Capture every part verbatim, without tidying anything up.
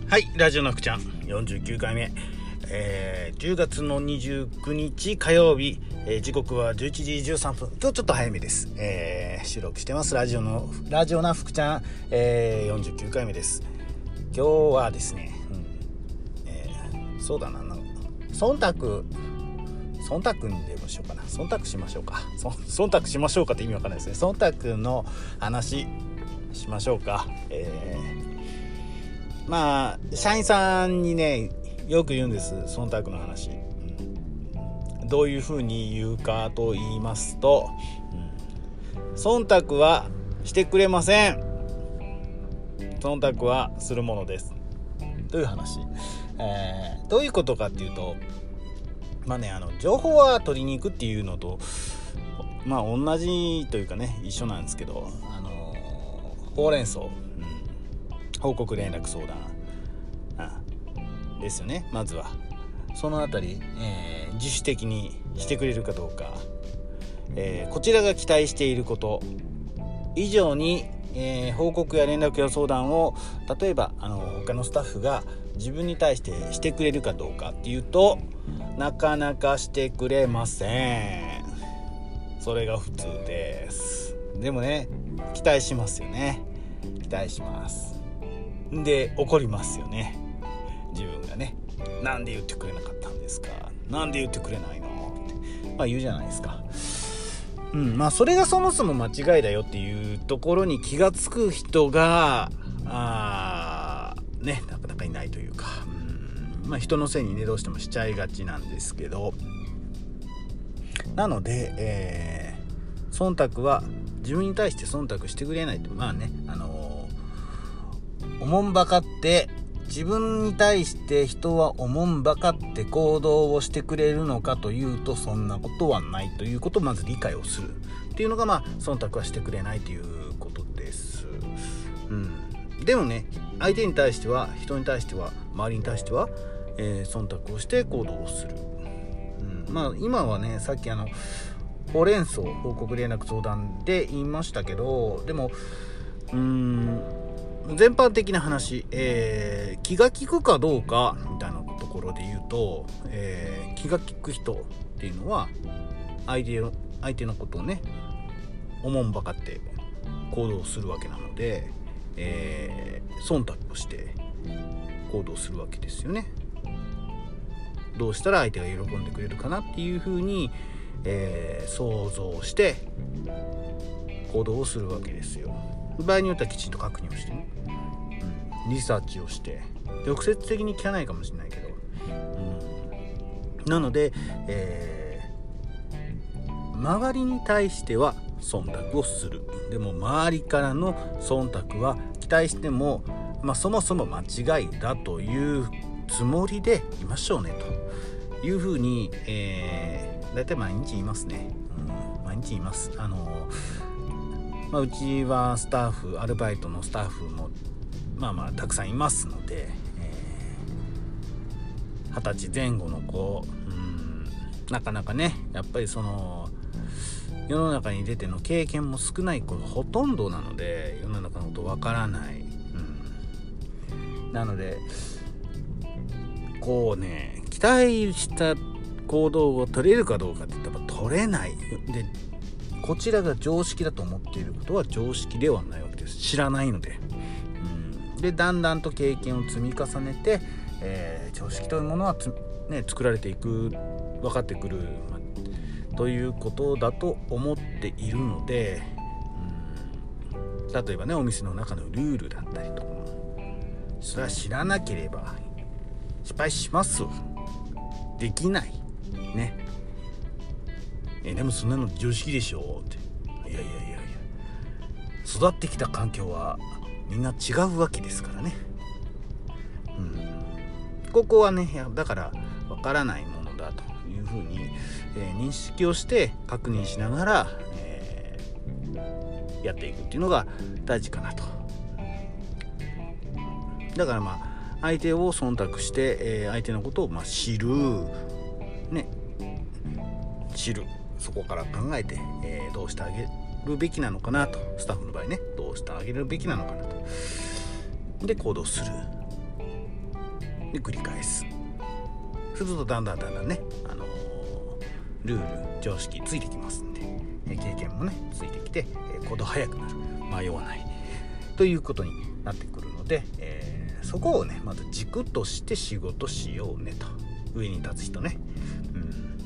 はい、ラジオの福ちゃんよんじゅうきゅうかいめ、えー、じゅうがつのにじゅうくにち火曜日、えー、時刻はじゅういちじじゅうさんぷん。今日ちょっと早めです、えー、収録してます。ラジオのラジオな福ちゃん、えー、よんじゅうきゅうかいめです。今日はですね、うんえー、そうだななん忖度忖度にでもしようかな忖度しましょうか忖度しましょうかって意味わかんないですね。忖度の話しましょうか。えーまあ社員さんにねよく言うんです、忖度の話、うん、どういうふうに言うかと言いますと、うん、忖度はしてくれません。忖度はするものですという話、えー、どういうことかっていうと、まあねあの情報は取りに行くっていうのとまあ同じというかね一緒なんですけど、あのほうれん草、報告連絡相談あですよね。まずはそのあたり、えー、自主的にしてくれるかどうか、えー、こちらが期待していること以上に、えー、報告や連絡や相談を例えばあの他のスタッフが自分に対してしてくれるかどうかっていうとなかなかしてくれません。それが普通です。でもね期待しますよね。期待しますで怒りますよね。自分がねなんで言ってくれなかったんですか、なんで言ってくれないのって、まあ、言うじゃないですか。うんまあそれがそもそも間違いだよっていうところに気がつく人があねなかなかいないというか、うんまあ人のせいにねどうしてもしちゃいがちなんですけど、なので、えー、忖度は自分に対して忖度してくれないとまあねあのおもんばかって自分に対して人はおもんばかって行動をしてくれるのかというとそんなことはないということをまず理解をするっていうのがまあ忖度はしてくれないということです、うん、でもね相手に対しては人に対しては周りに対しては、えー、忖度をして行動をする、うん、まあ今はねさっきあのほうれん草報告連絡相談で言いましたけど、でもうーん全般的な話、えー、気が利くかどうかみたいなところで言うと、えー、気が利く人っていうのは相手の相手のことをねおもんばかって行動するわけなので、えー、忖度をして行動するわけですよね。どうしたら相手が喜んでくれるかなっていうふうに、えー、想像して行動をするわけですよ。場合によってはきちんと確認をしてね、うん、リサーチをして直接的に聞かないかもしれないけど、うん、なので、えー、周りに対しては忖度をする。でも周りからの忖度は期待しても、まあ、そもそも間違いだというつもりでいましょうねというふうに、えー、だいたい毎日言いますね、うん、毎日言います。あのまあ、うちはスタッフアルバイトのスタッフもまあまあたくさんいますので、二十、えー、歳前後の子、うん、なかなかねやっぱりその世の中に出ての経験も少ない子がほとんどなので世の中のことわからない、うん、なのでこうね期待した行動を取れるかどうかって言ったら取れないで、こちらが常識だと思っていることは常識ではないわけです。知らないので、うん、でだんだんと経験を積み重ねて、えー、常識というものはつ、ね、作られていく分かってくる、まあ、ということだと思っているので、うん、例えばねお店の中のルールだったりとかそれは知らなければ失敗します。できないね。えでもそんなの常識でしょっていやいやいやいや育ってきた環境はみんな違うわけですからね、うん、ここはねだからわからないものだというふうに、えー、認識をして確認しながら、えー、やっていくっていうのが大事かなと。だからまあ相手を忖度して、えー、相手のことをまあ知るね知るそこから考えて、えー、どうしてあげるべきなのかなと、スタッフの場合ねどうしてあげるべきなのかなとで行動するで繰り返す。そうするとだんだんだんだんね、あのー、ルール常識ついてきますんで、え経験もねついてきて、え行動早くなる、迷わないということになってくるので、えー、そこをねまず軸として仕事しようねと、上に立つ人ね、うん、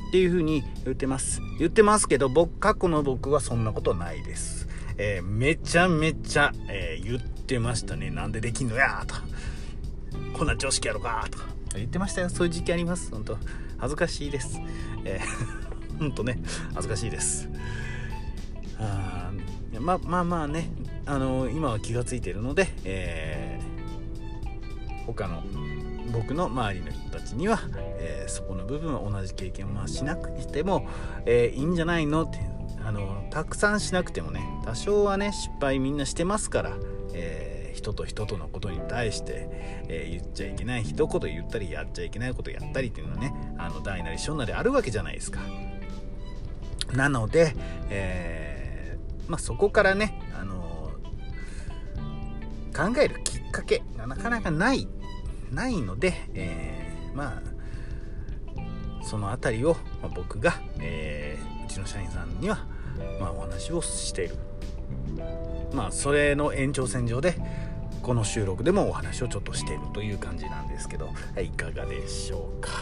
っていう風に言ってます言ってますけど、僕過去の僕はそんなことないです。えー、めちゃめちゃ、えー、言ってましたね。なんでできんのやと、こんな常識やろかと言ってましたよ。そういう時期あります。本当恥ずかしいです。えー、本当ね恥ずかしいです。あままあまあね、あのー、今は気がついているので、えー、他の僕の周りの人たちには、えー、そこの部分は同じ経験をまあしなくても、えー、いいんじゃないのって、あのたくさんしなくてもね、多少はね失敗みんなしてますから、えー、人と人とのことに対して、えー、言っちゃいけない一言言ったり、やっちゃいけないことやったりっていうのはね、あの大なり小なりあるわけじゃないですか。なので、えーまあ、そこからね、あのー、考えるきっかけがなかなかないないので、えー、まあそのあたりを、まあ、僕が、えー、うちの社員さんには、まあ、お話をしている。まあそれの延長線上でこの収録でもお話をちょっとしているという感じなんですけど、はい、いかがでしょうか。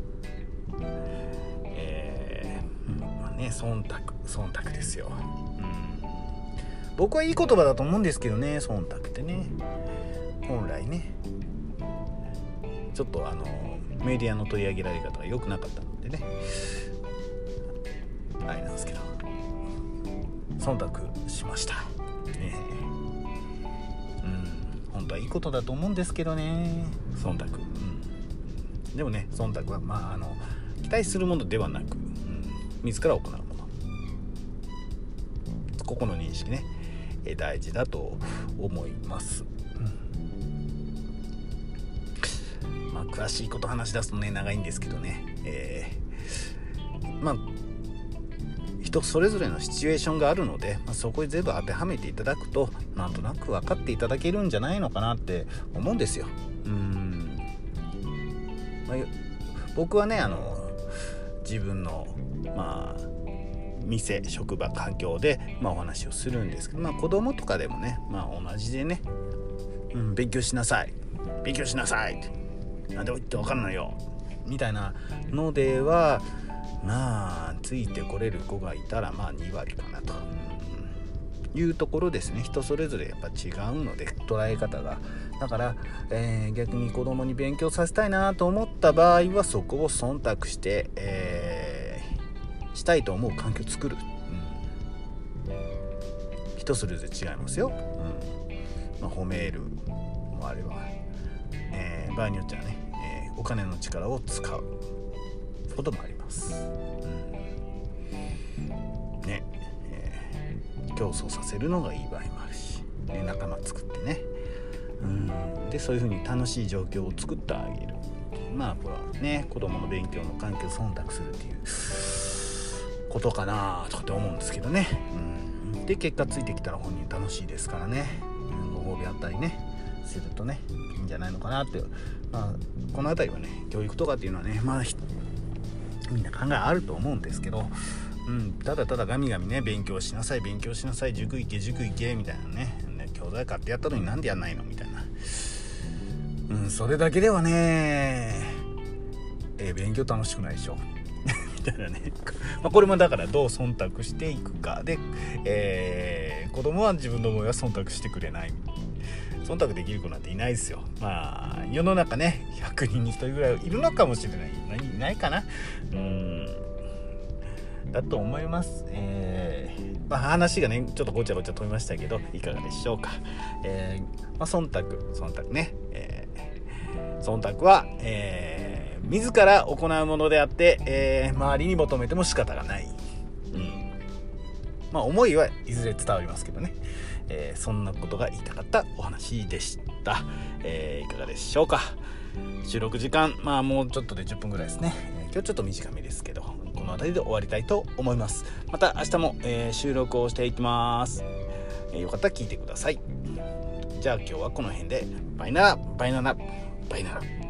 えー、まあね、忖度忖度ですよ、うん、僕はいい言葉だと思うんですけどね、忖度ってね、本来ねちょっとあのメディアの取り上げられ方が良くなかったのでね、あれなんですけど、忖度しました、ね、うん本当はいいことだと思うんですけどね、忖度、うん、でもね忖度はまああの期待するものではなく、うん、自ら行うもの、ここの認識ね大事だと思います。まあ、詳しいこと話し出すとね長いんですけどね、えー、まあ人それぞれのシチュエーションがあるので、まあ、そこに全部当てはめていただくとなんとなく分かっていただけるんじゃないのかなって思うんですよ。うーん、まあ、僕はねあの自分のまあ店職場環境で、まあ、お話をするんですけど、まあ、子供とかでもね、まあ、同じでね、うん、勉強しなさい勉強しなさいってなんで言って分かんないよみたいなのではまあついてこれる子がいたらまあに割かなというところですね。人それぞれやっぱ違うので捉え方が、だから、えー、逆に子供に勉強させたいなと思った場合はそこを忖度して、えー、したいと思う環境を作る、うん、人それぞれ違いますよ、うんまあ、褒めるもあれば、えー、場合によってはね、えー、お金の力を使うこともあります、うんねえー、競争させるのがいい場合もあるし、ね、仲間作ってね、うん、でそういう風に楽しい状況を作ってあげる。まあこれはね子供の勉強の環境を忖度するっていうことかなとかって思うんですけどね、うん、で結果ついてきたら本人楽しいですからね、うん、ご褒美あったりねするとねいいんじゃないのかなって、まあ、このあたりはね教育とかっていうのはねまあみんな考えあると思うんですけど、うん、ただただガミガミね勉強しなさい勉強しなさい塾行け塾行けみたいなね、教材買ってやったのになんでやんないのみたいな、うん、それだけではね、えー、勉強楽しくないでしょみたいなねまあこれもだからどう忖度していくかで、えー、子供は自分の思いは忖度してくれない、忖度できる子なんていないですよ。まあ世の中ねひゃくにんにひとりぐらいいるのかもしれない、いないかな、うんだと思います。えーまあ、話がねちょっとごちゃごちゃ飛びましたけどいかがでしょうか。えーまあ、忖度忖度ね、えー、忖度は、えー、自ら行うものであって、えー、周りに求めても仕方がない、うんまあ、思いはいずれ伝わりますけどね、えー、そんなことが言いたかったお話でした、えー、いかがでしょうか。収録時間まあもうちょっとでじゅっぷんぐらいですね、えー、今日ちょっと短めですけどこの辺りで終わりたいと思います。また明日も、えー、収録をしていきます、えー、よかったら聞いてください。じゃあ今日はこの辺でバイナラバイナラバイナラ。